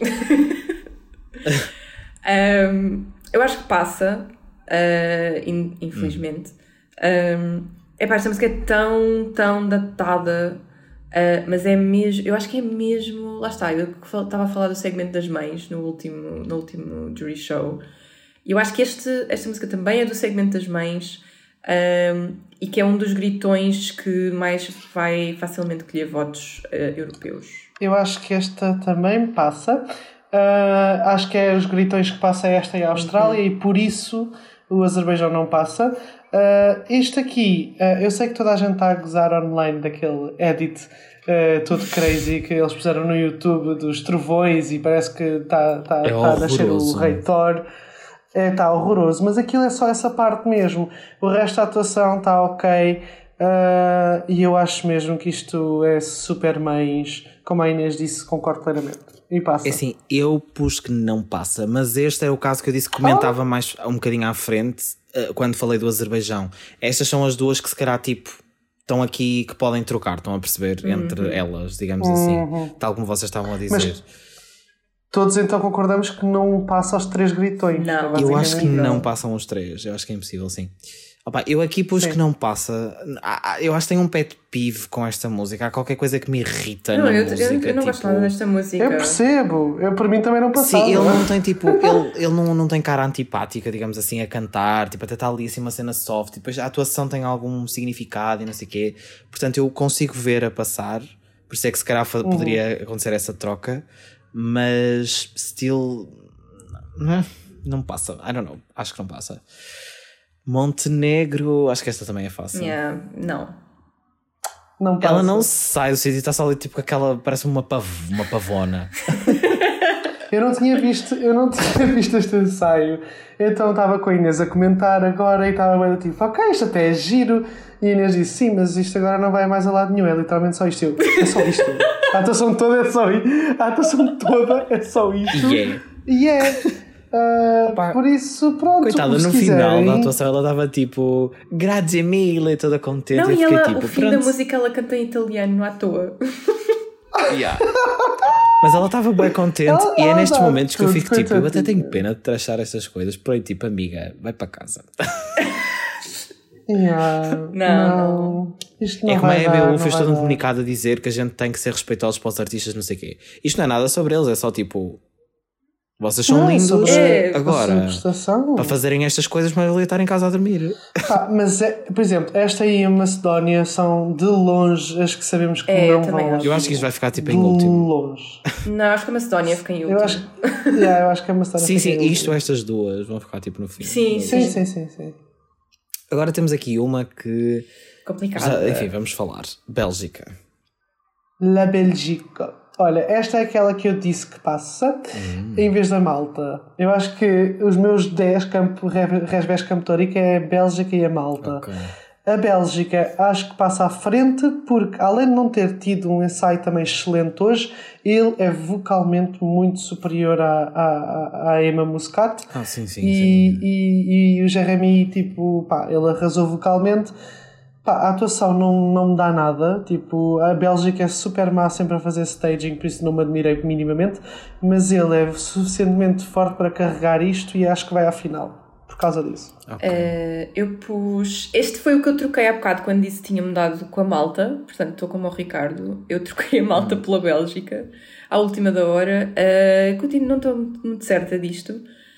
Um, eu acho que passa, uh, in- infelizmente. Um, epá, esta música é tão, tão datada, uh, mas é mesmo, eu acho que é mesmo, lá está, eu estava a falar do segmento das mães no último, no último jury show, e eu acho que este, esta música também é do segmento das mães, um, e que é um dos gritões que mais vai facilmente colher votos uh, europeus. Eu acho que esta também passa. Uh, acho que é os gritões que passa esta e a Austrália, e por isso o Azerbaijão não passa. Uh, este aqui, uh, eu sei que toda a gente está a gozar online daquele edit uh, todo crazy que eles puseram no YouTube dos trovões e parece que está tá, É tá a nascer o horroroso. Rei Thor. É, está horroroso, mas aquilo é só essa parte mesmo. O resto da atuação está ok. Uh, e eu acho mesmo que isto é super mães, como a Inês disse, concordo plenamente. E passa. É assim, eu pus que não passa, mas este é o caso que eu disse que comentava mais um bocadinho à frente, uh, quando falei do Azerbaijão. Estas são as duas que se calhar tipo estão aqui, que podem trocar, estão a perceber, entre elas, digamos assim, tal como vocês estavam a dizer. Mas todos então concordamos que não passa aos três gritões. Não. Eu acho que basicamente. não passam os três, eu acho que é impossível, sim. Opa, eu aqui pus Sim. que não passa. Ah, ah, Eu acho que tenho um pet peeve com esta música. Há qualquer coisa que me irrita Não, na eu, música. eu, eu não tipo... gosto nada desta música. Eu percebo, eu por mim também não passava. Sim, ele não tem tipo, ele, ele não, não tem cara antipática, digamos assim, a cantar, tipo, até está ali assim uma cena soft, depois a atuação tem algum significado e não sei o quê, portanto eu consigo ver a passar, por isso é que se calhar fa- poderia acontecer essa troca, mas still não, não passa, I don't know, acho que não passa. Montenegro, acho que esta também é fácil. Yeah, não. Não passa. Ela não sai do sítio, está só ali tipo com aquela, parece uma, pav uma pavona. Eu não tinha visto, eu não tinha visto este ensaio. Então estava com a Inês a comentar agora e estava bem tipo, ok, isto até é giro. E a Inês disse, sim, mas isto agora não vai mais a lado nenhum, é literalmente só isto. Eu, é só isto. A atuação toda é só isto. A atuação toda é só isto. E é. E é. Uh, Pá, por isso, pronto. Coitada, se no quiserem, final da atuação ela estava tipo grazie mille, toda contente. Não, eu e fiquei ela, tipo, o fim pronto. da música ela canta em italiano à toa. Yeah. Mas ela estava bem contente Ela- e é ela nestes dá momentos que eu tudo, fico tipo, eu até coitadinha. tenho pena de trachar estas coisas, por aí tipo, amiga, vai para casa. Yeah, Não, Isto não É como a vai E B dar, U não fez vai todo um dar. comunicado a dizer que a gente tem que ser respeitosos para os artistas, não sei o quê. Isto não é nada sobre eles, é só tipo, vocês são Não, é lindos sobre É, a agora sua prestação. para fazerem estas coisas, mas ele estar em casa a dormir. Pá, mas, é, por exemplo, esta e a Macedónia são de longe as que sabemos que É, eu não também vão. acho. Eu acho que isto vai ficar tipo de em último. longe. Não, acho que a Macedónia fica em último. Eu acho, yeah, eu acho que a Macedónia Sim, sim, fica em isto, último. estas duas vão ficar tipo no fim. Sim, Sim, sim, sim, sim. Agora temos aqui uma que, Complicado. já- enfim, vamos falar. Bélgica. La Belgique. Olha, esta é aquela que eu disse que passa em vez da Malta. Eu acho que os meus dez campo, Resbés Campo Tórico é a Bélgica e a Malta. Ok. A Bélgica acho que passa à frente porque, além de não ter tido um ensaio também excelente hoje, ele é vocalmente muito superior à, à, à Emma Muscat. Ah, sim, sim, e, sim. e, e o Jeremy, tipo, pá, ele arrasou vocalmente. Pá, a atuação não, não me dá nada. Tipo, a Bélgica é super má sempre a fazer staging, por isso não me admirei minimamente. Mas ele é suficientemente forte para carregar isto e acho que vai à final, por causa disso. Okay. Uh, eu pus... Este foi o que eu troquei há bocado quando disse que tinha mudado com a Malta. Portanto, estou como o Ricardo. Eu troquei a Malta hum. pela Bélgica à última da hora. Uh, continuo, não estou muito certa disto.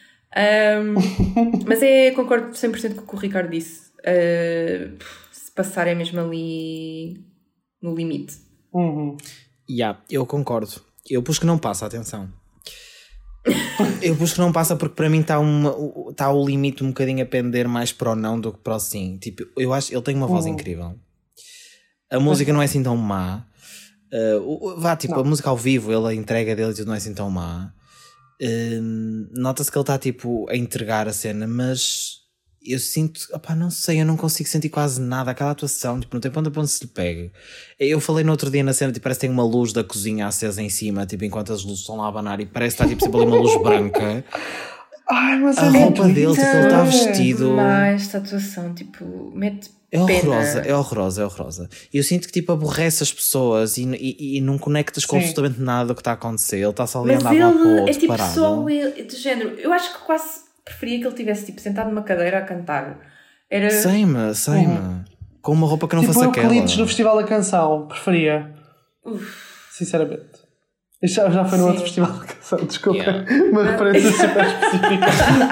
Um, mas é, concordo cem por cento com o que o Ricardo disse. Uh, se passar é mesmo ali no limite. Uhum. Yeah, eu concordo. Eu pus que não passa, atenção. Eu pus que não passa porque para mim está tá o limite um bocadinho a pender mais para o não do que para o sim. Tipo, eu acho ele tem uma voz uhum. incrível. A música não é assim tão má. Uh, vá, tipo, não. A música ao vivo, ele, a entrega dele não é assim tão má. Uh, nota-se que ele está tipo a entregar a cena, mas eu sinto, opá, não sei, eu não consigo sentir quase nada. Aquela atuação, tipo, não tem ponto a ponto se lhe pega. Eu falei no outro dia na cena, tipo, parece que tem uma luz da cozinha acesa em cima, tipo, enquanto as luzes estão lá a abanar, e parece que está tipo, sempre ali uma luz branca. Ai, mas a roupa dele, tipo, ele está vestido. Mas esta atuação, tipo, mete é horrorosa, é horrorosa, é horrorosa. E eu sinto que tipo aborrece as pessoas e, e, e não conectas com Sim. absolutamente nada do que está a acontecer. Ele está só ali a andar lá para o outro, é tipo parado. Só ele, de género, eu acho que quase preferia que ele tivesse tipo sentado numa cadeira a cantar. Era... Sei-me, sei-me. Uhum. Com uma roupa que não tipo fosse aquela. Tipo no Festival da Canção, preferia. Uf. Sinceramente. Isto já, já foi no Sim. outro Festival da Canção, desculpa. Yeah. Uma referência super específica.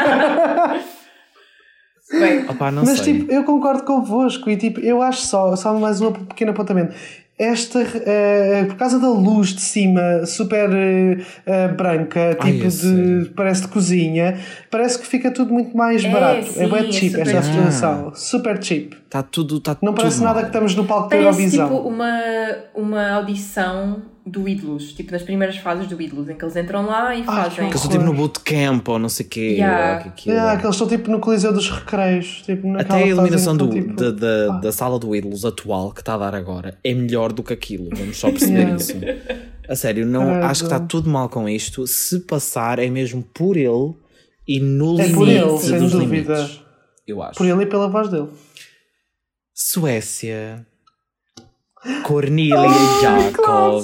Bem, Opa, não mas sei. tipo, eu concordo convosco e tipo, eu acho só, só mais um pequeno apontamento. Esta, uh, por causa da luz de cima super uh, branca, tipo Ai, de, parece de cozinha, parece que fica tudo muito mais é, barato. Sim, é bem cheap é esta cheap. situação. Super cheap. Tá tudo, tá Não tudo parece mal. nada que estamos no palco da Parece Eurovisão. tipo uma, uma audição do Ídolos, tipo nas primeiras fases do Ídolos, em que eles entram lá e Ai, fazem... Que eles estão tipo no bootcamp ou não sei o quê. Yeah. Ou que yeah, que eles estão tipo no Coliseu dos Recreios. Tipo, Até a eliminação do, tipo... da, da, ah. da sala do Ídolos atual que está a dar agora é melhor do que aquilo. Vamos só perceber yeah. isso. A sério, não, é, acho que está tudo mal com isto. Se passar é mesmo por ele e no é limite por ele, dos sem dúvida. limites. Eu acho. Por ele e pela voz dele. Suécia. Cornelia oh, Jacobs.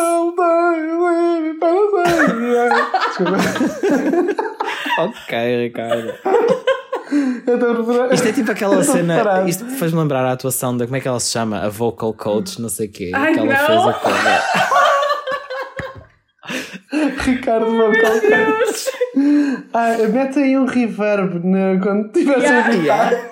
Ok, Ricardo. Isto é tipo aquela cena. Isto faz-me lembrar a atuação da. Como é que ela se chama? A vocal coach, não sei o quê. Ai, que ela não. fez a cover. Ricardo vocal coach. Ah, mete aí um reverb né, quando estiveres yeah. a editar.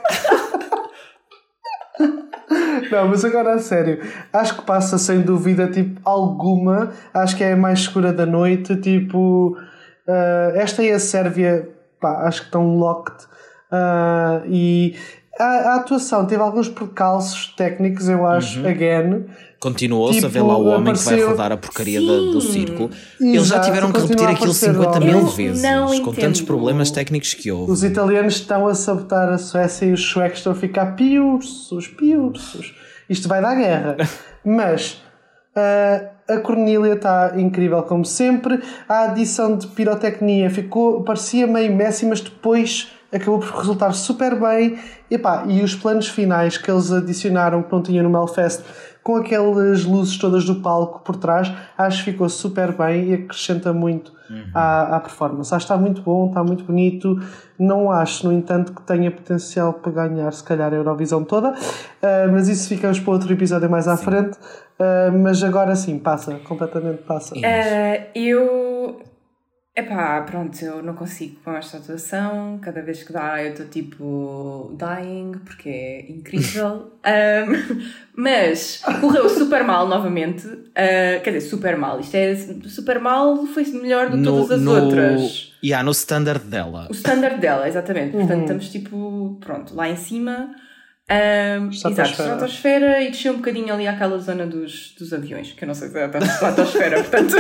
Não, mas agora a sério, acho que passa sem dúvida tipo alguma, acho que é a mais segura da noite, tipo uh, esta é a Sérvia, pá, acho que estão locked uh, e a, a atuação teve alguns percalços técnicos, eu acho, uhum. again. Continuou-se tipo, a ver lá o homem apareceu... que vai rodar a porcaria da, do círculo. Exato, eles já tiveram que repetir aquilo cinquenta mil vezes, não com entendo. tantos problemas técnicos que houve. Os italianos estão a sabotar a Suécia e os suecos estão a ficar piursos, piursos. Isto vai dar guerra. Mas uh, a Cornélia está incrível como sempre. A adição de pirotecnia ficou, parecia meio Messi, mas depois acabou por resultar super bem. E, pá, e os planos finais que eles adicionaram, que não tinha no Melfest, com aquelas luzes todas do palco por trás, acho que ficou super bem e acrescenta muito uhum. à, à performance. Acho que está muito bom, está muito bonito. Não acho, no entanto, que tenha potencial para ganhar, se calhar, a Eurovisão toda, uh, mas isso ficamos para outro episódio mais à sim. frente. Uh, mas agora sim, passa, completamente passa. Uh, eu... Epá, pronto, eu não consigo com esta atuação. Cada vez que dá eu estou tipo dying, porque é incrível. um, mas correu super mal novamente. Uh, quer dizer, super mal. Isto é super mal, foi melhor do que todas as no, outras. E yeah, no standard dela. O standard dela, exatamente. Uhum. Portanto, estamos tipo, pronto, lá em cima. Um, estratosfera. Exato, estratosfera, e desceu um bocadinho ali àquela zona dos, dos aviões, que eu não sei se é a estratosfera, portanto.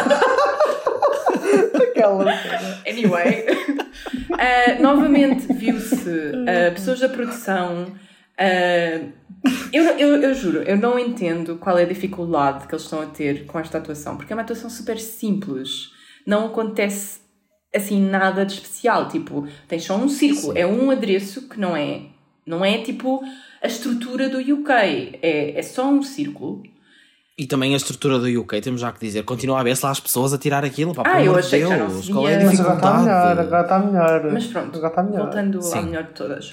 Anyway, uh, novamente viu-se uh, pessoas da produção. Uh, eu, eu, eu juro, eu não entendo qual é a dificuldade que eles estão a ter com esta atuação, porque é uma atuação super simples, não acontece assim nada de especial. Tipo, tens só um círculo, Sim. é um adereço que não é, não é tipo a estrutura do U K. É, é só um círculo. E também a estrutura do U K, temos já que dizer, continua a haver-se lá as pessoas a tirar aquilo. Pá, ah, eu achei Deus, que já não se qual é a via. Mas agora está dificuldade? melhor, agora está melhor. Mas pronto, agora está melhor. voltando Sim. à melhor de todas.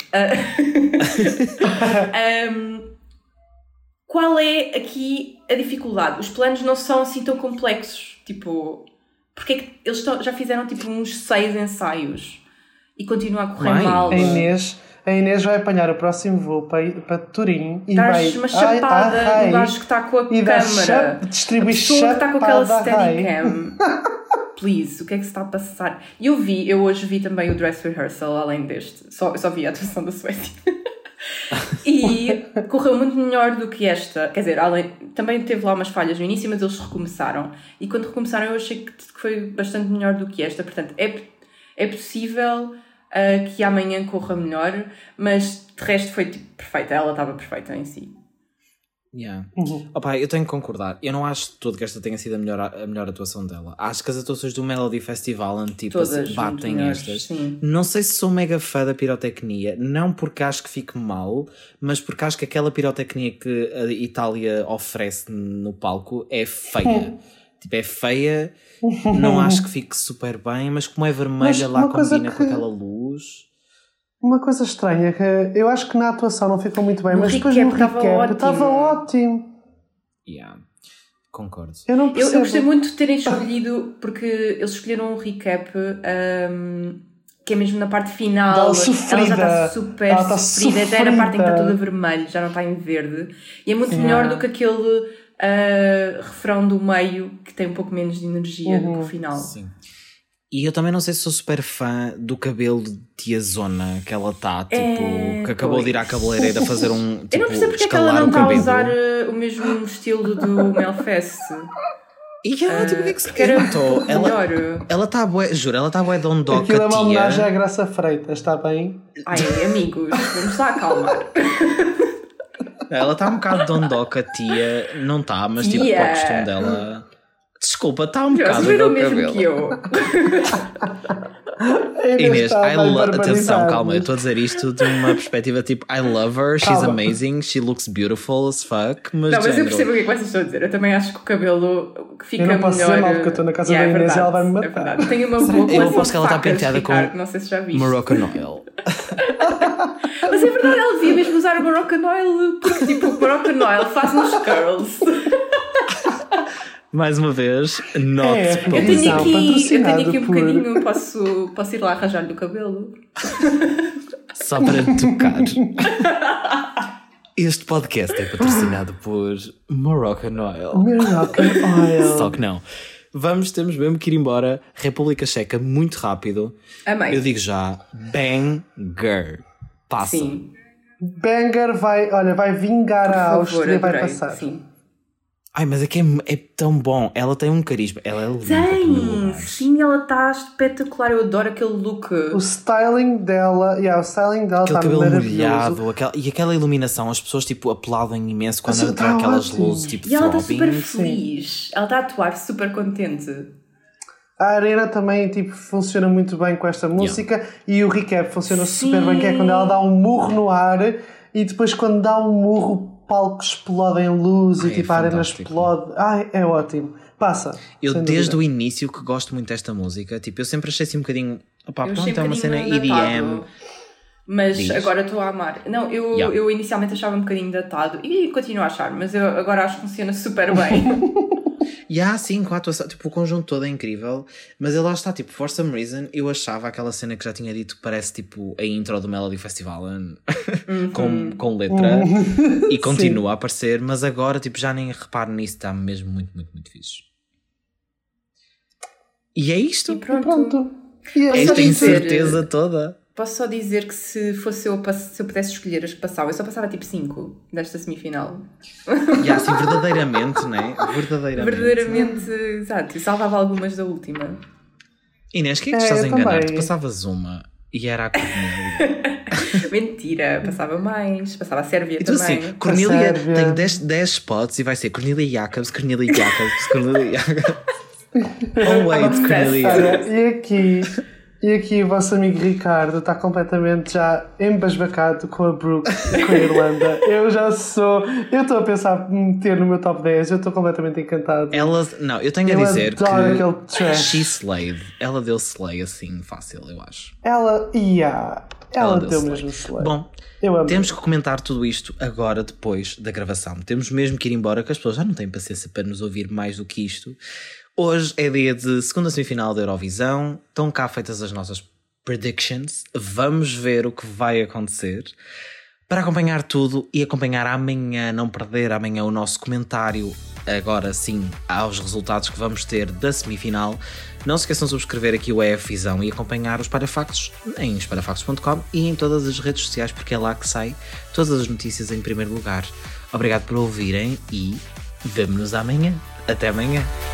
um, qual é aqui a dificuldade? Os planos não são assim tão complexos. Tipo, porque é que eles tão, já fizeram tipo uns seis ensaios e continua a correr Mãe. mal? A Inês, a Inês vai apanhar o próximo voo para, para Turim e Dás vai... uma chapada ai, ai, do gajo que está com a e dá câmara. chap- distribui a pessoa que está com aquela chapada, steadicam. Please, o que é que se está a passar? E eu vi, eu hoje vi também o dress rehearsal além deste. Só, eu só vi a atuação da Suécia. E correu muito melhor do que esta. Quer dizer, além, também teve lá umas falhas no início, mas eles recomeçaram. E quando recomeçaram eu achei que foi bastante melhor do que esta. Portanto, é, é possível uh, que amanhã corra melhor, mas de resto foi tipo perfeita. Ela estava perfeita em si. Yeah. Uhum. Opa, eu tenho que concordar. Eu não acho de todo que esta tenha sido a melhor, a melhor atuação dela. Acho que as atuações do Melody Festival tipo, Todas batem melhores, estas. sim. Não sei se sou mega fã da pirotecnia, não porque acho que fique mal, mas porque acho que aquela pirotecnia que a Itália oferece no palco é feia. Tipo, é feia, não acho que fique super bem, mas como é vermelha Mas lá uma coisa combina que- com aquela luz. Uma coisa estranha, que eu acho que na atuação não ficou muito bem, No mas depois recap no estava recap ótimo. estava ótimo. Yeah. Concordo. Eu não Eu, percebo. eu gostei muito de terem escolhido, porque eles escolheram um recap um, que é mesmo na parte final. Dela Ela já sofrida. está super Ela está sofrida, até na parte em que está sofrida. toda vermelha, já não está em verde. E é muito Yeah. melhor do que aquele uh, refrão do meio que tem um pouco menos de energia do que o final. Sim. E eu também não sei se sou super fã do cabelo de tiazona que ela está, tipo, É, que acabou de ir à cabeleireira fazer um, tipo, Eu não percebo porque é que ela escalar não o está a cabelo. usar uh, o mesmo estilo do Melfest. E ela, tipo, o que é que se Porque era eu não tô- ela melhor. Ela está bué, juro, ela está bué de ondoca, Aquilo é uma homenagem à tia. Graça Freitas, está bem? Ai, amigos, vamos lá acalmar. Ela está um bocado de ondoca, tia. Não está, mas tipo, Tia. para o costume dela... Desculpa, está um Vocês bocado viram o no mesmo cabelo. que eu. A Inês, está I bem lo- atenção, barbarizada. calma, eu estou a dizer isto de uma perspectiva tipo I love her, she's Calma. amazing, she looks beautiful as fuck, mas, Não, mas eu género, percebo o que é que vocês estão a dizer. Eu também acho que o cabelo que fica Eu não posso melhor. dizer mal, porque eu estou na casa Yeah, da é Inês e ela verdade, vai me é matar. verdade. Tem uma boa Eu coleção aposto que ela de está facas, penteada com Ricardo, não sei se já viste. Moroccan Oil. Mas é verdade, ela devia mesmo usar o Moroccan Oil, porque tipo, o Moroccan Oil faz-nos curls. Mais uma vez, not É, Eu tenho Patrocinado, aqui, eu tenho patrocinado aqui um por- bocadinho, posso, posso ir lá arranjar-lhe o cabelo. só para tocar. Este podcast é patrocinado por Moroccan Oil. Moroccan Oil. Só que não. Vamos, temos mesmo que ir embora. República Checa, muito rápido. Amei. Eu digo já, banger. Passa. Sim, Banger vai, olha, vai vingar por a favor, Áustria e vai adorei. passar. Sim. Ai, mas é que é, é tão bom. Ela tem um carisma. Ela é linda. em primeiro Tem, lugar. sim, ela está espetacular. Eu adoro aquele look. O styling dela, yeah, o styling dela Aquele está cabelo maravilhoso. molhado aquela, e aquela iluminação, as pessoas tipo aplaudem imenso quando Assim, entra tá aquelas ótimo. luzes tipo E ela está throbbing. super feliz. Ela está a atuar super contente. A arena também tipo, funciona muito bem com esta música e o recap funciona super bem, que é quando ela dá um murro no ar e depois quando dá um murro o palco explode em luz Ai, e tipo é a arena fantástico. explode. Ai, é ótimo. Passa. Eu sem desde dúvida. o início que gosto muito desta música, tipo, eu sempre achei assim um bocadinho, opá, Eu pronto, achei um é uma cena bocadinho E D M. datado, mas Diz. agora estou a amar. Não, eu, Yeah. eu inicialmente achava um bocadinho datado e continuo a achar, mas eu agora acho que funciona super bem. E há sim, com a atuação, tipo, o conjunto todo é incrível, mas ele lá está, tipo, for some reason, eu achava aquela cena que já tinha dito que parece tipo a intro do Melody Festival com, com letra e continua a aparecer, mas agora tipo já nem reparo nisso, está mesmo muito, muito, muito fixe. E é isto. E pronto. Pronto. E Posso é só Esta dizer- incerteza toda. Posso só dizer que se fosse eu, pass- se eu pudesse escolher as que passavam, eu só passava tipo cinco desta semifinal. E assim, verdadeiramente, né? Verdadeiramente. Verdadeiramente, exato. E salvava algumas da última. Inês, quem é que É, estás a eu enganar? também. Tu passavas uma e era a Cornélia. Mentira, passava mais. Passava a Sérvia E tu também. assim, Cornélia Sérvia. tem dez spots e vai ser Cornélia Jacobs, Cornélia Jacobs, Cornélia Jacobs. Oh wait, Obsessed. Cornélia. Olha, e aqui, E aqui o vosso amigo Ricardo está completamente já embasbacado com a Brooke e com a Irlanda. Eu já sou. Eu estou a pensar em meter no meu top dez, eu estou completamente encantado. Ela, não, eu tenho eu a dizer que aquele trash. she slayed. Ela deu slay assim fácil, eu acho. Ela, yeah, ela, ela deu, deu mesmo slay. Bom, temos que comentar tudo isto agora, depois da gravação. Temos mesmo que ir embora, que as pessoas já não têm paciência para nos ouvir mais do que isto. Hoje é dia de segunda semifinal da Eurovisão. Estão cá feitas as nossas predictions. Vamos ver o que vai acontecer. Para acompanhar tudo e acompanhar amanhã, não perder amanhã o nosso comentário, agora sim, aos resultados que vamos ter da semifinal, não se esqueçam de subscrever aqui o E F Visão e acompanhar os Parafactos em esparafactos ponto com e em todas as redes sociais, porque é lá que sai todas as notícias em primeiro lugar. Obrigado por ouvirem e vemo-nos amanhã. Até amanhã.